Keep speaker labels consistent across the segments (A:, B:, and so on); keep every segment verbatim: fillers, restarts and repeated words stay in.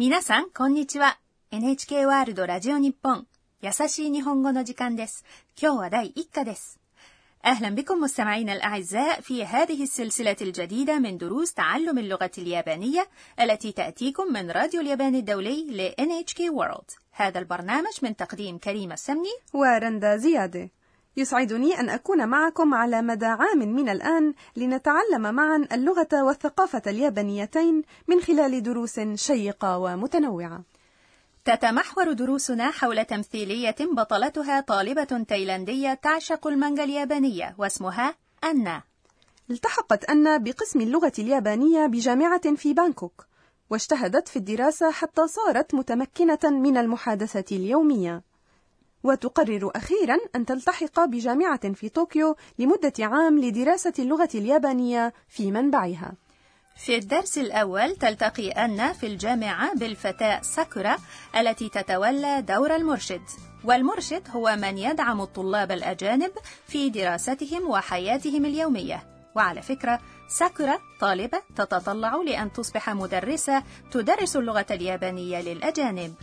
A: 皆さん、こんにちは。エヌエイチケー ワールドラジオ日本優しい日本語の時間です。今日は第一課です。أهلا بكم مستمعينا الأعزاء في هذه السلسلة الجديدة من دروس تعلم اللغة اليابانية التي تأتيكم من راديو اليابان الدولي ل إن إتش كي World. هذا البرنامج من تقديم كريمة السمني
B: ورندا زيادة. يسعدني أن أكون معكم على مدى عام من الآن لنتعلم معا اللغة والثقافة اليابانيتين من خلال دروس شيقة ومتنوعة.
A: تتمحور دروسنا حول تمثيلية بطلتها طالبة تايلاندية تعشق المانجا اليابانية واسمها أنا.
B: التحقت أنا بقسم اللغة اليابانية بجامعة في بانكوك، واجتهدت في الدراسة حتى صارت متمكنة من المحادثة اليومية، وتقرر أخيرا أن تلتحق بجامعة في طوكيو لمدة عام لدراسة اللغة اليابانية في منبعها.
A: في الدرس الأول تلتقي أنا في الجامعة بالفتاة ساكورا التي تتولى دور المرشد، والمرشد هو من يدعم الطلاب الأجانب في دراستهم وحياتهم اليومية. وعلى فكرة ساكورا طالبة تتطلع لأن تصبح مدرسة تدرس اللغة اليابانية للأجانب.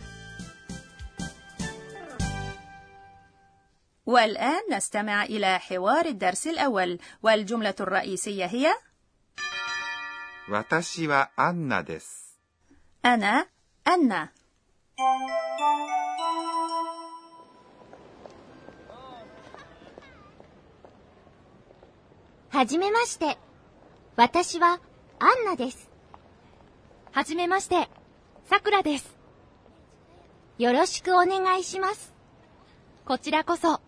A: والآن نستمع إلى حوار الدرس الأول، والجملة الرئيسية هي
C: 私はアンナです。
A: أنا أنا.
D: はじめまして。私はアンナです。はじめまして。さくらです。よろしくお願いします。こちらこそ。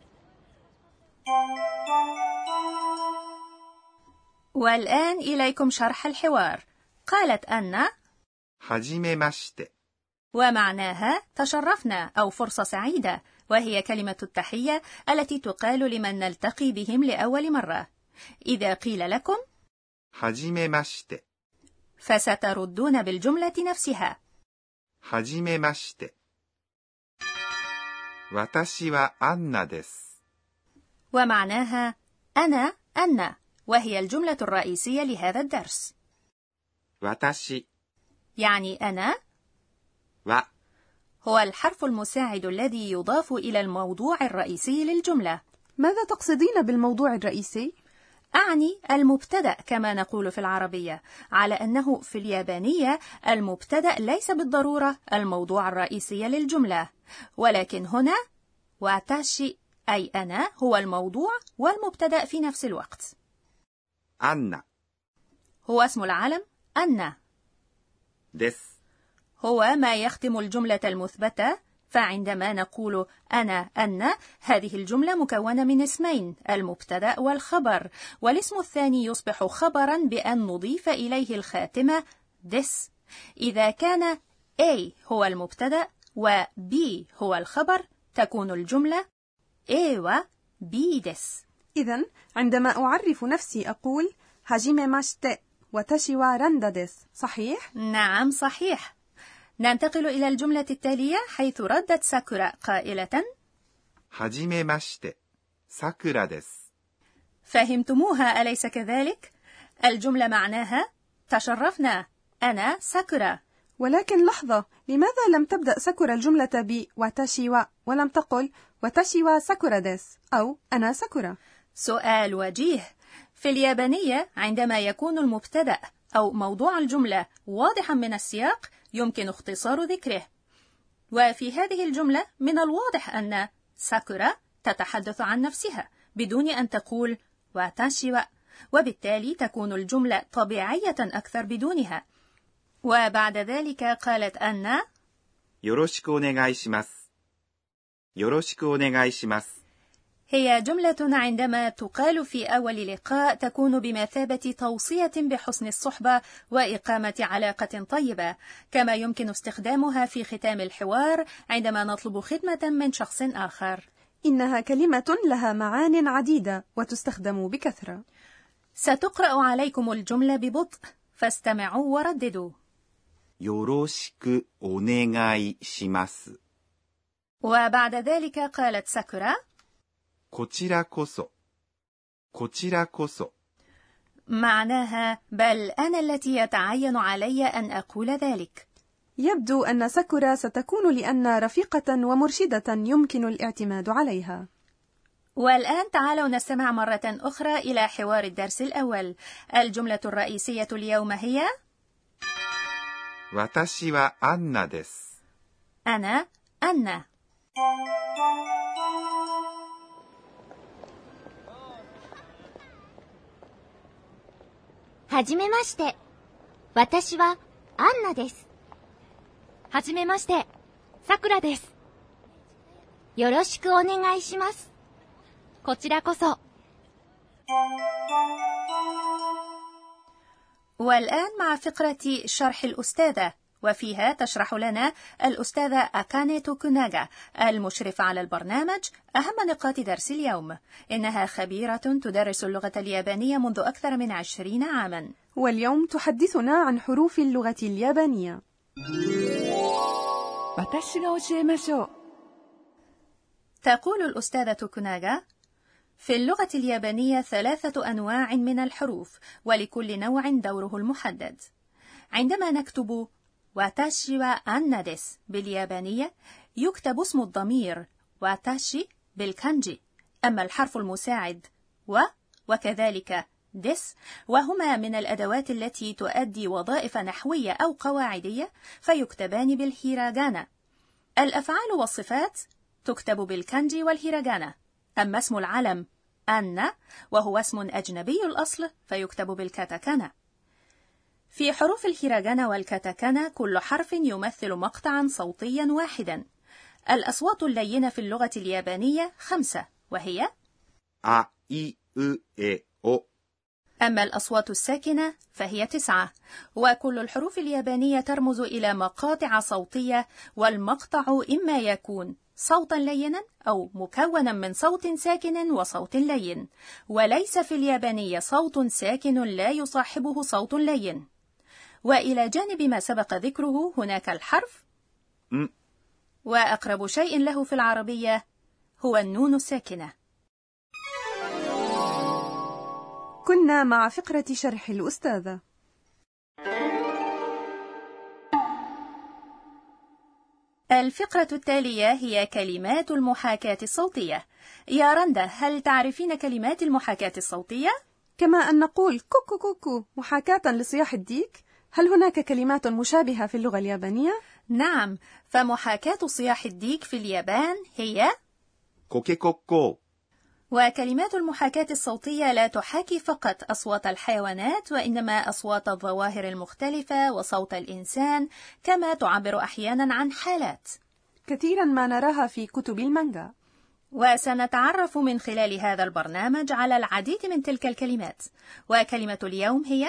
A: والآن إليكم شرح الحوار. قالت أنا
C: はじめまして
A: ومعناها تشرفنا أو فرصة سعيدة، وهي كلمة التحية التي تقال لمن نلتقي بهم لأول مرة. إذا قيل لكم
C: はじめまして
A: فستردون بالجملة نفسها
C: はじめまして私はアンナです
A: ومعناها أنا أنا، وهي الجملة الرئيسية لهذا الدرس.
C: 私
A: يعني أنا
C: は
A: هو الحرف المساعد الذي يضاف إلى الموضوع الرئيسي للجملة.
B: ماذا تقصدين بالموضوع الرئيسي؟
A: أعني المبتدأ كما نقول في العربية، على أنه في اليابانية المبتدأ ليس بالضرورة الموضوع الرئيسي للجملة، ولكن هنا واتاشي أي أنا هو الموضوع والمبتدأ في نفس الوقت.
C: アンナ
A: هو اسم العلم أنا
C: です
A: هو ما يختم الجملة المثبتة، فعندما نقول أنا أنا هذه الجملة مكونة من اسمين، المبتدأ والخبر، والاسم الثاني يصبح خبرا بأن نضيف إليه الخاتمة دس. إذا كان A هو المبتدأ و B هو الخبر تكون الجملة A و B دس.
B: إذن عندما أعرف نفسي أقول هاجيمي ماشتي واتاشي wa راندا ديس، صحيح؟
A: نعم صحيح. ننتقل إلى الجملة التالية حيث ردت ساكورا قائلة
C: はじめましてさくらです
A: فهمتموها أليس كذلك؟ الجملة معناها تشرفنا أنا ساكورا.
B: ولكن لحظة، لماذا لم تبدأ ساكورا الجملة ب واتاشي wa ولم تقل واتاشي wa ساكورا ديس أو أنا ساكورا؟
A: سؤال وجيه. في اليابانية عندما يكون المبتدأ أو موضوع الجملة واضحا من السياق يمكن اختصار ذكره، وفي هذه الجملة من الواضح أن ساكورا تتحدث عن نفسها بدون أن تقول واتاشي wa، وبالتالي تكون الجملة طبيعية أكثر بدونها. وبعد ذلك قالت أن
C: よろしくお願いしますよろしくお願いします
A: هي جملة عندما تقال في أول لقاء تكون بمثابة توصية بحسن الصحبة وإقامة علاقة طيبة، كما يمكن استخدامها في ختام الحوار عندما نطلب خدمة من شخص آخر.
B: إنها كلمة لها معان عديدة وتستخدم بكثرة.
A: ستقرأ عليكم الجملة ببطء، فاستمعوا ورددوا.
C: よろしくお願いします
A: وبعد ذلك قالت ساكورا
C: こちらこそこちらこそ
A: معناها بل أنا التي يتعين علي أن أقول ذلك.
B: يبدو أن ساكورا ستكون لأن رفيقة ومرشدة يمكن الاعتماد عليها.
A: والآن تعالوا نستمع مرة أخرى إلى حوار الدرس الأول. الجملة الرئيسية اليوم هي
C: 私はアンナです。
A: أنا أنا.
D: はじめまして。私はアンナです。はじめまして。さくらです。よろしくお願いします。こちらこそ。
A: والآن مع فقرة شرح الأستاذة، وفيها تشرح لنا الأستاذة أكاني توكوناغا المشرفة على البرنامج أهم نقاط درس اليوم. إنها خبيرة تدرس اللغة اليابانية منذ أكثر من عشرين عاما،
B: واليوم تحدثنا عن حروف اللغة اليابانية. تقول الأستاذة توكوناغا: في اللغة اليابانية ثلاثة أنواع من الحروف، ولكل نوع دوره المحدد. عندما نكتب واتاشي wa أنا ديس باليابانية يكتب اسم الضمير واتاشي بالكانجي، أما الحرف المساعد و وكذلك ديس وهما من الأدوات التي تؤدي وظائف نحوية أو قواعدية فيكتبان بالهيراغانا. الأفعال والصفات تكتب بالكانجي والهيراغانا، أما اسم العلم أنا وهو اسم أجنبي الأصل فيكتب بالكاتاكانا. في حروف الهيراغانا والكاتاكانا كل حرف يمثل مقطعا صوتيا واحدا. الأصوات اللينة في اللغة اليابانية خمسة، وهي
C: أ إي أو إي أو.
A: أما الأصوات الساكنة فهي تسعة، وكل الحروف اليابانية ترمز إلى مقاطع صوتية، والمقطع إما يكون صوتا لينا أو مكونا من صوت ساكن وصوت لين، وليس في اليابانية صوت ساكن لا يصاحبه صوت لين. وإلى جانب ما سبق ذكره هناك الحرف
C: م.
A: وأقرب شيء له في العربية هو النون الساكنة.
B: كنا مع فقرة شرح الأستاذة.
A: الفقرة التالية هي كلمات المحاكاة الصوتية. يا رندا، هل تعرفين كلمات المحاكاة الصوتية؟
B: كما أن نقول كوكو كوكو محاكاة لصياح الديك، هل هناك كلمات مشابهة في اللغة اليابانية؟
A: نعم، فمحاكاة صياح الديك في اليابان هي
C: كوكي كوكو.
A: وكلمات المحاكاة الصوتية لا تحاكي فقط أصوات الحيوانات، وإنما أصوات الظواهر المختلفة وصوت الإنسان، كما تعبر أحيانا عن حالات.
B: كثيرا ما نراها في كتب المانجا.
A: وسنتعرف من خلال هذا البرنامج على العديد من تلك الكلمات. وكلمة اليوم هي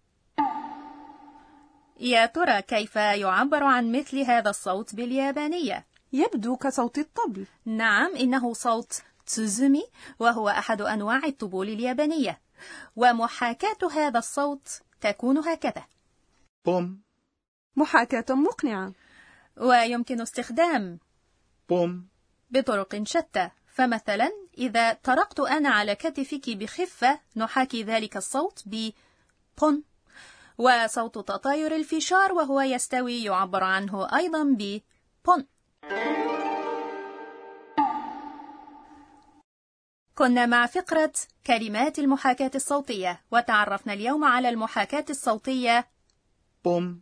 A: يا ترى كيف يعبر عن مثل هذا الصوت باليابانية؟
B: يبدو كصوت الطبل.
A: نعم، إنه صوت تسوزومي، وهو أحد أنواع الطبول اليابانية. ومحاكاة هذا الصوت تكون هكذا:
C: بوم.
B: محاكاة مقنعة.
A: ويمكن استخدام
C: بوم
A: بطرق شتى، فمثلا إذا طرقت أنا على كتفك بخفة نحاكي ذلك الصوت ب بون. وصوت تطاير الفشار وهو يستوي يعبر عنه أيضا ب بون. كنا مع فقرة كلمات المحاكاة الصوتية، وتعرفنا اليوم على المحاكاة الصوتية
C: بوم.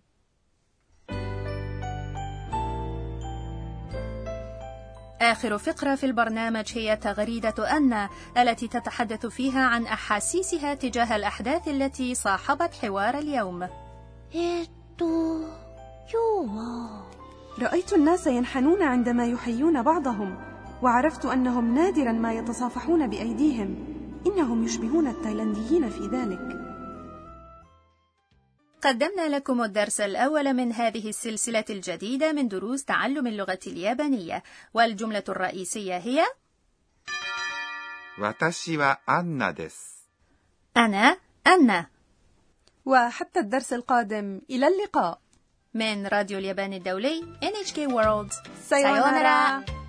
A: آخر فقرة في البرنامج هي تغريدة أنا، التي تتحدث فيها عن أحاسيسها تجاه الأحداث التي صاحبت حوار اليوم.
B: رأيت الناس ينحنون عندما يحيون بعضهم، وعرفت أنهم نادرا ما يتصافحون بأيديهم. إنهم يشبهون التايلانديين في ذلك.
A: قدمنا لكم الدرس الأول من هذه السلسلة الجديدة من دروس تعلم اللغة اليابانية، والجملة الرئيسية هي
C: 私はアンナです。
A: أنا أنا.
B: وحتى الدرس القادم، إلى اللقاء.
A: من راديو اليابان الدولي إن إتش كي World.
B: سايونارا.